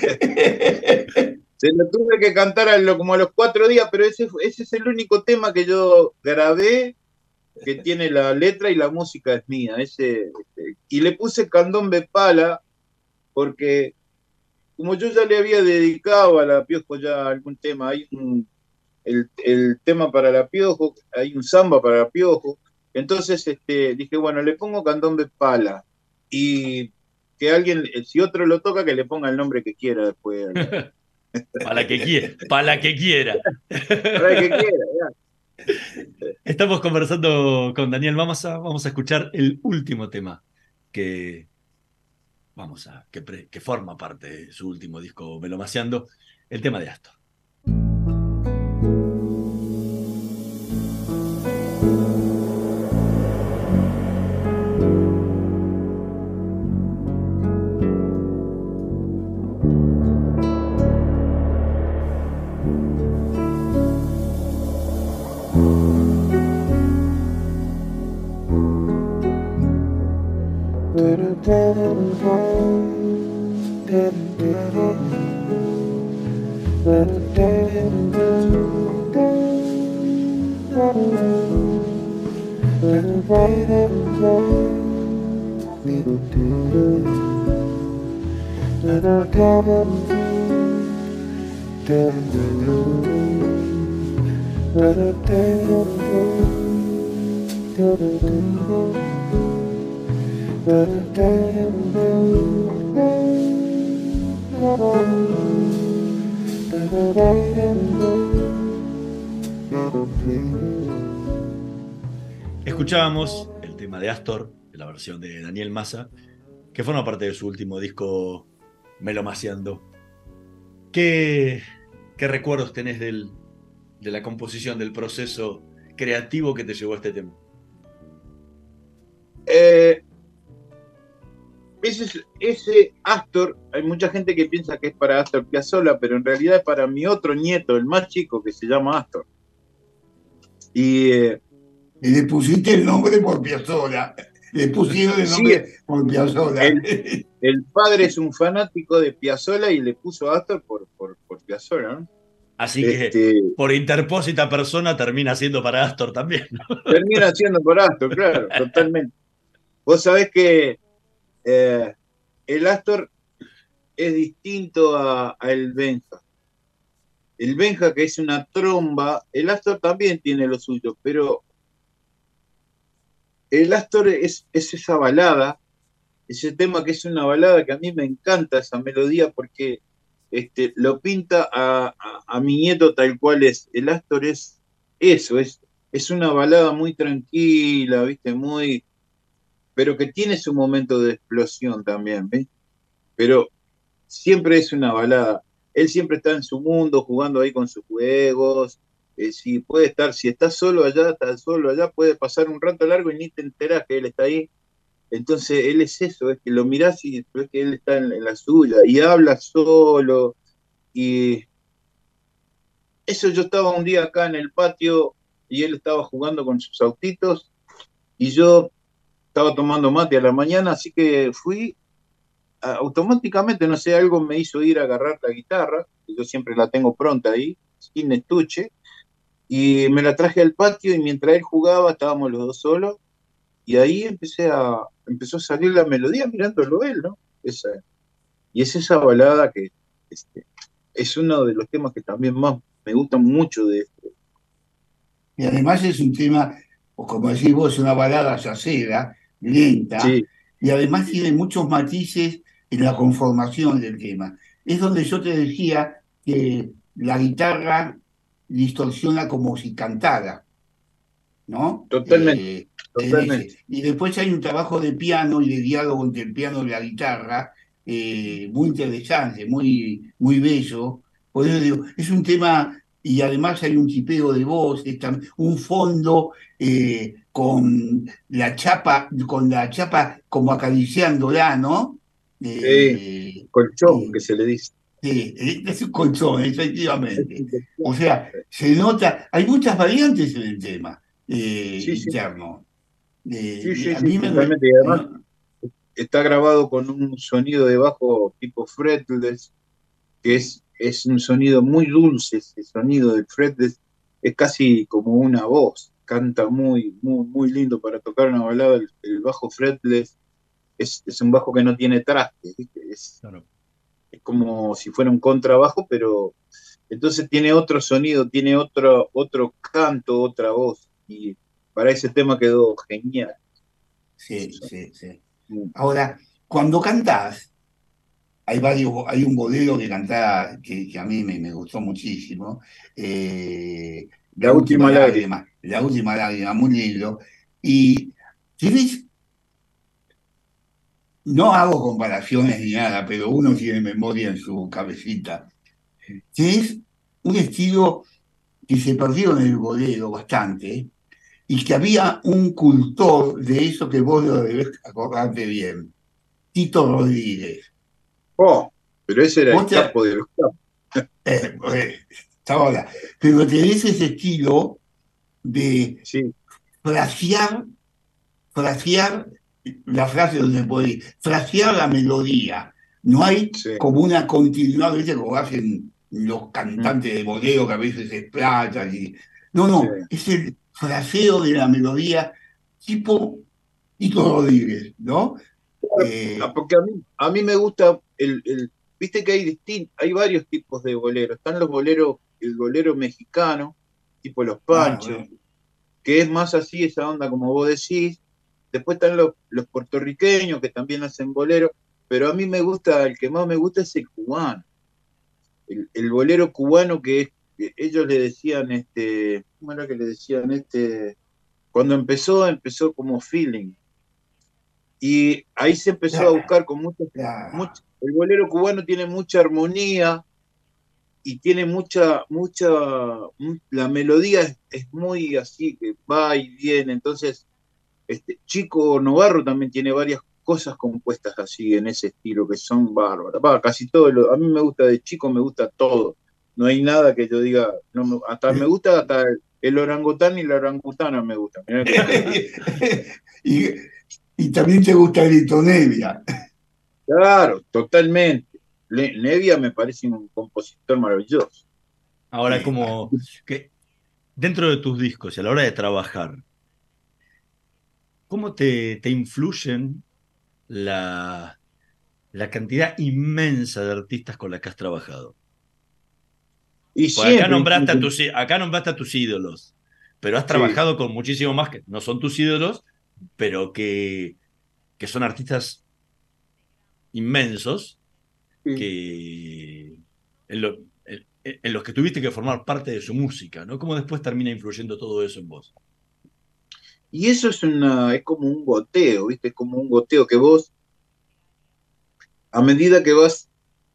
se lo tuve que cantar a lo, como a los cuatro días, pero ese, ese es el único tema que yo grabé que tiene la letra y la música es mía. Ese, este, y le puse Candombe Pala porque como yo ya le había dedicado a la Piojo ya algún tema, hay un, el, el tema para la Piojo, hay un samba para la Piojo, entonces este, dije, bueno, le pongo Candombe Pala y que alguien, si otro lo toca, que le ponga el nombre que quiera después. Para la que quiera, para la que quiera. Para la que quiera, ya. Estamos conversando con Daniel Mamasa, vamos a escuchar el último tema que, vamos a, que, pre, que forma parte de su último disco Melomaseando, el tema de Astor. Escuchábamos el tema de Astor, de la versión de Daniel Massa, que forma parte de su último disco Melomaseando. ¿Qué, qué recuerdos tenés del, de la composición, del proceso creativo que te llevó a este tema? Eh, ese, ese Astor, hay mucha gente que piensa que es para Astor Piazzolla, pero en realidad es para mi otro nieto, el más chico, que se llama Astor. Y... Eh, Y le pusiste el nombre por Piazzolla. Le pusieron el nombre sí, por Piazzolla. El, el padre es un fanático de Piazzolla y le puso Astor por, por, por Piazzolla, ¿no? Así este, que por interpósita persona termina siendo para Astor también, ¿no? Termina siendo por Astor, claro, totalmente. Vos sabés que eh, el Astor es distinto a, a el Benja. El Benja, que es una tromba, el Astor también tiene lo suyo, pero el Astor es, es esa balada, ese tema que es una balada que a mí me encanta esa melodía porque este, lo pinta a, a, a mi nieto tal cual es. El Astor es eso, es, es una balada muy tranquila, ¿viste? Muy, pero que tiene su momento de explosión también, ¿viste? Pero siempre es una balada. Él siempre está en su mundo, jugando ahí con sus juegos. Eh, si puede estar, si está solo allá, está solo allá, puede pasar un rato largo y ni te enterás que él está ahí. Entonces, él es eso, es que lo mirás y ves que él está en, en la suya, y habla solo, y eso. Yo estaba un día acá en el patio, y él estaba jugando con sus autitos, y yo estaba tomando mate a la mañana, así que fui, a, automáticamente, no sé, algo me hizo ir a agarrar la guitarra, que yo siempre la tengo pronta ahí, sin estuche, y me la traje al patio, y mientras él jugaba, estábamos los dos solos, y ahí empecé a, empezó a salir la melodía mirándolo él, ¿no? Esa, y es esa balada que este, es uno de los temas que también más me gustan mucho de este. Y además es un tema, o como decís vos, una balada yacera, lenta, Sí. y además tiene muchos matices en la conformación del tema. Es donde yo te decía que la guitarra distorsiona como si cantara, ¿no? Totalmente, Eh, totalmente. ese. Y después hay un trabajo de piano y de diálogo entre el piano y la guitarra, eh, muy interesante, muy, muy bello. Por eso digo, es un tema, y además hay un tipeo de voz, está, un fondo eh, con la chapa, con la chapa como acariciándola, ¿no? Eh, Sí, colchón, eh, que se le dice. Sí, es un colchón, efectivamente. O sea, se nota, hay muchas variantes en el tema eh, Sí, sí, interno. Eh, sí, y sí, a sí, mí me... re- totalmente. Y además ¿no? está grabado con un sonido de bajo tipo fretless, que es, es un sonido muy dulce. Ese sonido del fretless es casi como una voz. Canta muy, muy, muy lindo para tocar una balada. El, el bajo fretless es, es un bajo que no tiene trastes, ¿viste? Es, Claro. es como si fuera un contrabajo, pero entonces tiene otro sonido, tiene otro, otro canto, otra voz. Y para ese tema quedó genial. Sí, sí, sí. Mm. Ahora, cuando cantás, hay varios, hay un bolero que cantás que, que a mí me, me gustó muchísimo, eh, La La última última lágrima. lágrima, La última lágrima, muy lindo. Y tenés, no hago comparaciones ni nada, pero uno tiene memoria en su cabecita, que es un estilo que se perdió en el bolero bastante, y que había un cultor de eso que vos lo debés acordarte bien, Tito Rodríguez. Oh, pero ese era Vos el te, capo de los capos. eh, eh, estaba ahora, pero tenés ese estilo de Sí, frasear, frasear la frase donde podés, frasear la melodía. No hay sí. como una continuidad, ¿viste? Como hacen los Mm, cantantes de bolero que a veces se explotan y... No, sí. no, es el fraseo de la melodía tipo Tito Rodríguez, ¿no? Ah, Eh, porque a mí, a mí me gusta el, el- viste que hay distin- hay varios tipos de boleros. Están los boleros, el bolero mexicano, tipo los ah, Panchos, bueno, que es más así esa onda como vos decís. Después están los, los puertorriqueños que también hacen bolero, pero a mí me gusta, el que más me gusta es el cubano. El, el bolero cubano que es, que ellos le decían, este, ¿cómo era que le decían? Este, cuando empezó, empezó como feeling. Y ahí se empezó a ya, buscar con mucho, ya, mucho, el bolero cubano tiene mucha armonía y tiene mucha, mucha, mu- la melodía es, es muy así, que va y viene. Entonces, este, Chico Novarro también tiene varias cosas compuestas así, en ese estilo, que son bárbaras. Va, casi todo, lo- a mí me gusta de Chico, me gusta todo. No hay nada que yo diga, no me- hasta me gusta hasta el, el orangután y la orangutana me gusta. Mirá qué cosa. y, y también te gusta Grito Nevia. Claro, totalmente. Le- Nevia me parece un compositor maravilloso. Ahora, Eh, como que dentro de tus discos y a la hora de trabajar, ¿cómo te, te influyen la, la cantidad inmensa de artistas con las que has trabajado? Y Porque acá siempre, nombraste a tus, acá nombraste a tus ídolos, pero has sí, trabajado con muchísimos más que no son tus ídolos, pero que, que son artistas inmensos sí. que, en, lo, en, en los que tuviste que formar parte de su música, ¿no? ¿Cómo después termina influyendo todo eso en vos? Y eso es una, es como un goteo, ¿viste? Es como un goteo que vos, a medida que vas,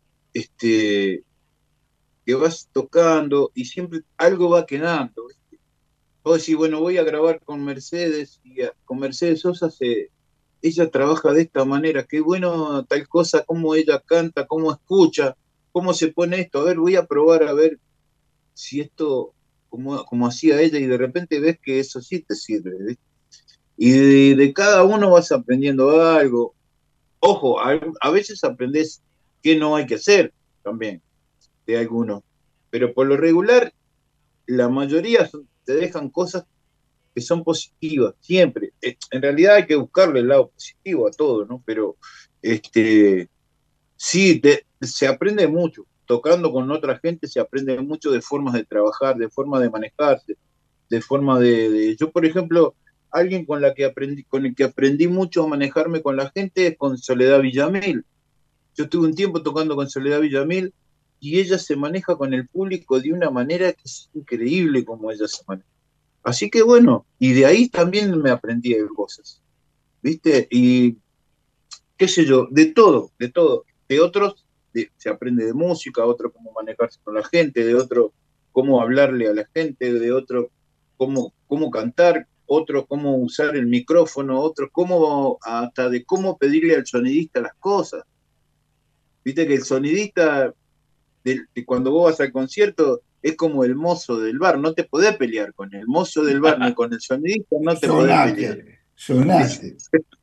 este, que vas tocando y siempre algo va quedando, ¿viste? Vos decís, bueno, voy a grabar con Mercedes, y a, con Mercedes Sosa se, ella trabaja de esta manera, qué bueno tal cosa, cómo ella canta, cómo escucha, cómo se pone esto, a ver, voy a probar a ver si esto, como, como hacía ella, y de repente ves que eso sí te sirve, ¿viste? Y de, de cada uno vas aprendiendo algo. Ojo, a, a veces aprendes qué no hay que hacer también, de algunos, pero por lo regular, la mayoría son, te dejan cosas que son positivas, siempre. En realidad hay que buscarle el lado positivo a todo, ¿no? Pero este, sí, te, se aprende mucho. Tocando con otra gente se aprende mucho de formas de trabajar, de formas de manejarse, de forma de, de... Yo, por ejemplo, alguien con la que aprendí, con el que aprendí mucho a manejarme con la gente es con Soledad Villamil. Yo estuve un tiempo tocando con Soledad Villamil y ella se maneja con el público de una manera que es increíble como ella se maneja. Así que bueno, y de ahí también me aprendí cosas, ¿viste? Y qué sé yo, de todo, de todo. De otros de, se aprende de música, otro cómo manejarse con la gente, de otro cómo hablarle a la gente, de otro cómo, cómo cantar, otro cómo usar el micrófono, otro cómo, hasta de cómo pedirle al sonidista las cosas. Viste que el sonidista, de, de cuando vos vas al concierto, es como el mozo del bar, no te podés pelear con el mozo del bar ni con el sonidista, no te podés pelear. Sonate.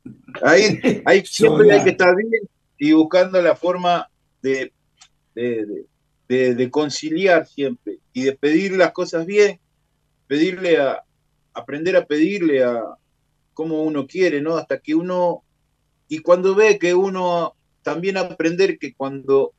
Ahí, ahí siempre sonate. Hay que estar bien y buscando la forma de, de, de, de, de conciliar siempre y de pedir las cosas bien, pedirle a, aprender a pedirle a como uno quiere, ¿no? Hasta que uno, y cuando ve que uno, también aprender que cuando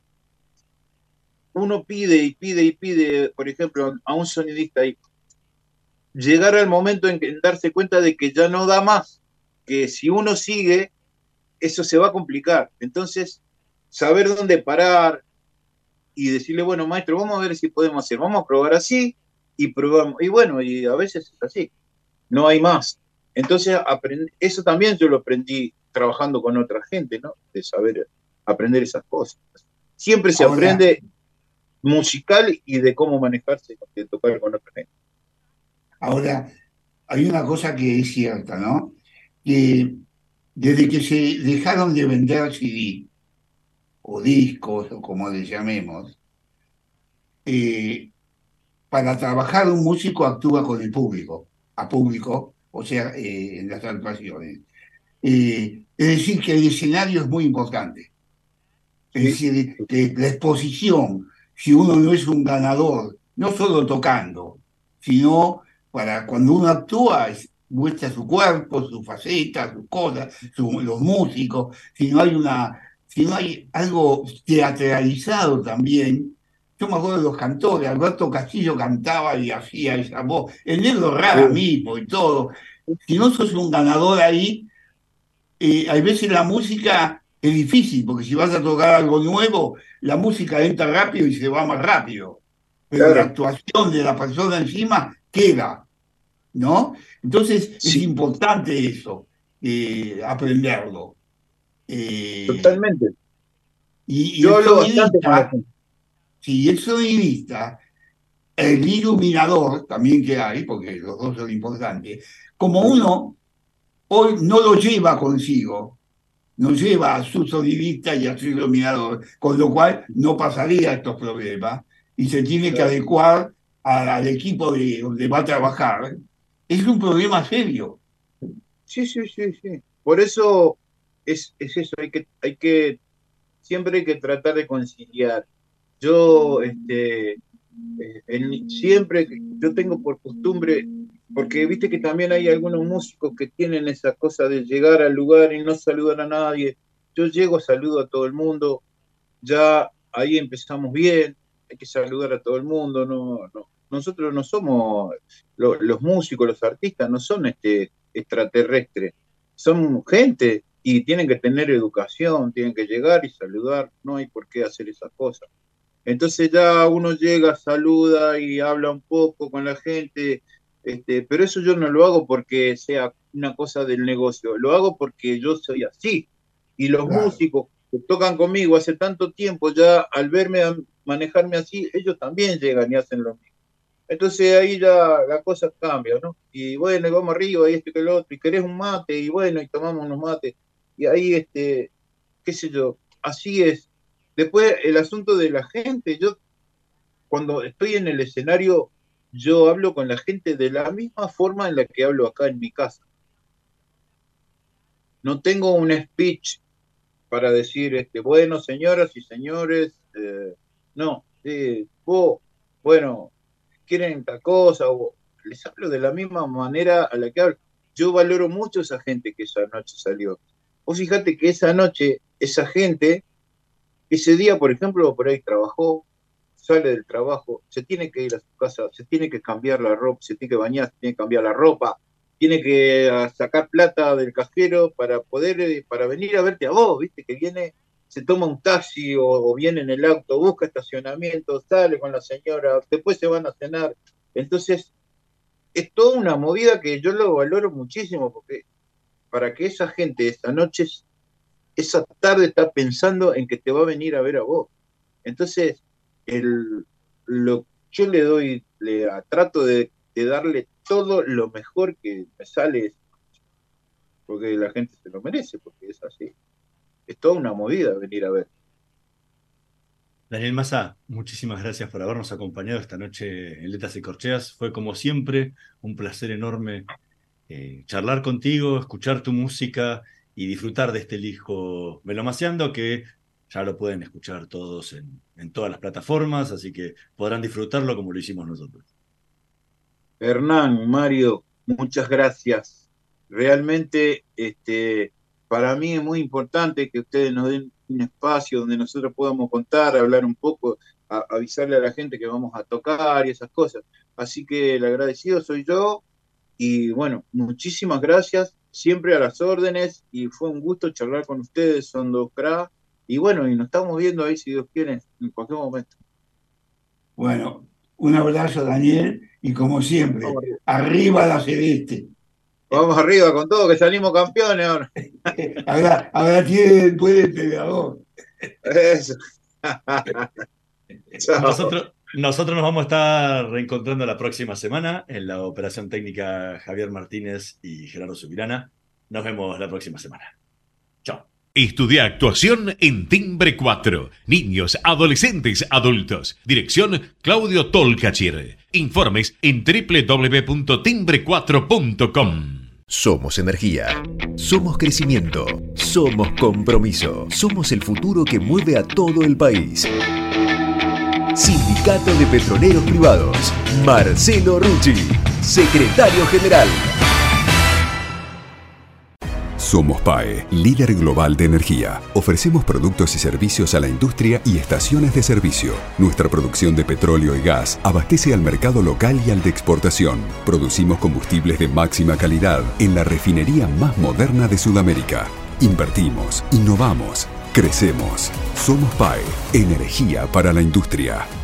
uno pide y pide y pide, por ejemplo, a un sonidista y llegar al momento en, que, en darse cuenta de que ya no da más, que si uno sigue, eso se va a complicar. Entonces, saber dónde parar y decirle, bueno, maestro, vamos a ver si podemos hacer, vamos a probar así, y probamos, y bueno, y a veces es así, no hay más. Entonces, aprend, eso también yo lo aprendí trabajando con otra gente, ¿no? De saber aprender esas cosas. Siempre se Ahora, aprende musical y de cómo manejarse, de tocar con otra gente. Ahora, hay una cosa que es cierta, ¿no? Que desde que se dejaron de vender C D o discos, o como le llamemos, eh, para trabajar un músico actúa con el público, a público, o sea, eh, en las actuaciones. Eh, es decir, que el escenario es muy importante. Es decir, que la exposición, si uno no es un ganador, no solo tocando, sino para cuando uno actúa, es, muestra su cuerpo, su faceta, sus cosas, su, los músicos, si no hay una, si no hay algo teatralizado también. Yo me acuerdo de los cantores, Alberto Castillo cantaba y hacía esa voz, el Negro Rara mismo y todo. Si no sos un ganador ahí, eh, hay veces la música es difícil, porque si vas a tocar algo nuevo, la música entra rápido y se va más rápido. Pero claro, la actuación de la persona encima queda, ¿no? Entonces sí, es importante eso, eh, aprenderlo. Eh, Totalmente. Y, y Yo el hablo bastante con la gente. Sí, el sonidista, el iluminador también que hay, porque los dos son importantes, como uno hoy no lo lleva consigo, no lleva a su sonidista y a su iluminador, con lo cual no pasaría estos problemas y se tiene que adecuar a, al equipo de donde va a trabajar. Es un problema serio. Sí, sí, sí, sí. Por eso es, es eso, hay que, hay que, siempre hay que tratar de conciliar. Yo, este, en, siempre, yo tengo por costumbre, porque viste que también hay algunos músicos que tienen esa cosa de llegar al lugar y no saludar a nadie. Yo llego, saludo a todo el mundo, ya ahí empezamos bien, hay que saludar a todo el mundo, no, no. Nosotros no somos, lo, los músicos, los artistas no son este, extraterrestres, son gente y tienen que tener educación, tienen que llegar y saludar, no hay por qué hacer esas cosas. Entonces ya uno llega, saluda y habla un poco con la gente, este, pero eso yo no lo hago porque sea una cosa del negocio, lo hago porque yo soy así. Y los claro. músicos que tocan conmigo hace tanto tiempo, ya al verme a manejarme así, ellos también llegan y hacen lo mismo. Entonces ahí ya la cosa cambia, ¿no? Y bueno, y vamos arriba, y esto y que lo otro, y querés un mate, y bueno, y tomamos unos mates. Y ahí, este, qué sé yo, así es. Después, el asunto de la gente, yo cuando estoy en el escenario, yo hablo con la gente de la misma forma en la que hablo acá en mi casa. No tengo un speech para decir, este, bueno, señoras y señores, eh, no, eh, vos, bueno, quieren tal cosa, o les hablo de la misma manera a la que hablo. Yo valoro mucho a esa gente que esa noche salió. Vos fíjate que esa noche, esa gente, ese día, por ejemplo, por ahí trabajó, sale del trabajo, se tiene que ir a su casa, se tiene que cambiar la ropa, se tiene que bañar, se tiene que cambiar la ropa, tiene que sacar plata del cajero para poder, para venir a verte a vos, viste, que viene, se toma un taxi o, o viene en el auto, busca estacionamiento, sale con la señora, después se van a cenar. Entonces, es toda una movida que yo lo valoro muchísimo, porque para que esa gente esa noche, esa tarde está pensando en que te va a venir a ver a vos. Entonces, el, lo, yo le doy, le trato de, de darle todo lo mejor que me sale, porque la gente se lo merece, porque es así. Es toda una movida venir a ver. Daniel Mazza, muchísimas gracias por habernos acompañado esta noche en Letras y Corcheas. Fue como siempre un placer enorme eh, charlar contigo, escuchar tu música y disfrutar de este disco Melomaseando, que ya lo pueden escuchar todos en, en todas las plataformas, así que podrán disfrutarlo como lo hicimos nosotros. Hernán, Mario, muchas gracias. Realmente, este, para mí es muy importante que ustedes nos den un espacio donde nosotros podamos contar, hablar un poco, a, avisarle a la gente que vamos a tocar y esas cosas. Así que el agradecido soy yo y bueno, muchísimas gracias, siempre a las órdenes y fue un gusto charlar con ustedes, son dos cracks y bueno, y nos estamos viendo ahí si Dios quiere en cualquier momento. Bueno, un abrazo Daniel y como siempre, arriba la celeste. Vamos arriba con todo, que salimos campeones ahora. ahora, ahora tiene después el pegador. Eso. nosotros, nosotros nos vamos a estar reencontrando la próxima semana en la operación técnica Javier Martínez y Gerardo Subirana. Nos vemos la próxima semana. Chao. Estudia actuación en Timbre cuatro. Niños, adolescentes, adultos. Dirección Claudio Tolcachir. Informes en doble u doble u doble u punto timbre cuatro punto com. Somos energía, somos crecimiento, somos compromiso, somos el futuro que mueve a todo el país. Sindicato de Petroleros Privados, Marcelo Rucci, secretario general. Somos P A E, líder global de energía. Ofrecemos productos y servicios a la industria y estaciones de servicio. Nuestra producción de petróleo y gas abastece al mercado local y al de exportación. Producimos combustibles de máxima calidad en la refinería más moderna de Sudamérica. Invertimos, innovamos, crecemos. Somos P A E, energía para la industria.